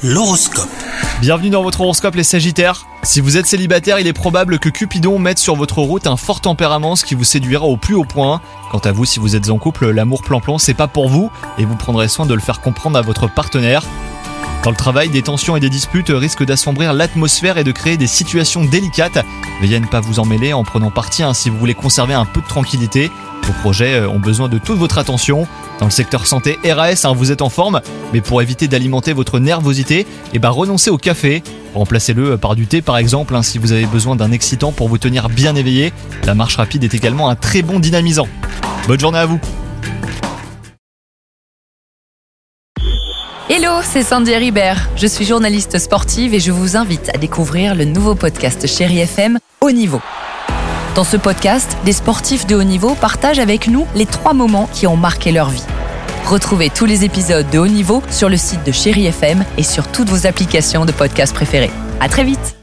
L'horoscope. Bienvenue dans votre horoscope les Sagittaires. Si vous êtes célibataire, il est probable que Cupidon mette sur votre route un fort tempérament, ce qui vous séduira au plus haut point. Quant à vous, si vous êtes en couple, l'amour plan-plan, c'est pas pour vous et vous prendrez soin de le faire comprendre à votre partenaire. Dans le travail, des tensions et des disputes risquent d'assombrir l'atmosphère et de créer des situations délicates. Veillez à ne pas vous en mêler en prenant parti si vous voulez conserver un peu de tranquillité. Vos projets ont besoin de toute votre attention. Dans le secteur santé RAS, vous êtes en forme, mais pour éviter d'alimenter votre nervosité, renoncez au café. Remplacez-le par du thé par exemple, si vous avez besoin d'un excitant pour vous tenir bien éveillé. La marche rapide est également un très bon dynamisant. Bonne journée à vous. Hello, c'est Sandy Ribert. Je suis journaliste sportive et je vous invite à découvrir le nouveau podcast Chéri FM Haut Niveau. Dans ce podcast, des sportifs de haut niveau partagent avec nous les 3 moments qui ont marqué leur vie. Retrouvez tous les épisodes de Haut Niveau sur le site de Chéri FM et sur toutes vos applications de podcast préférées. À très vite.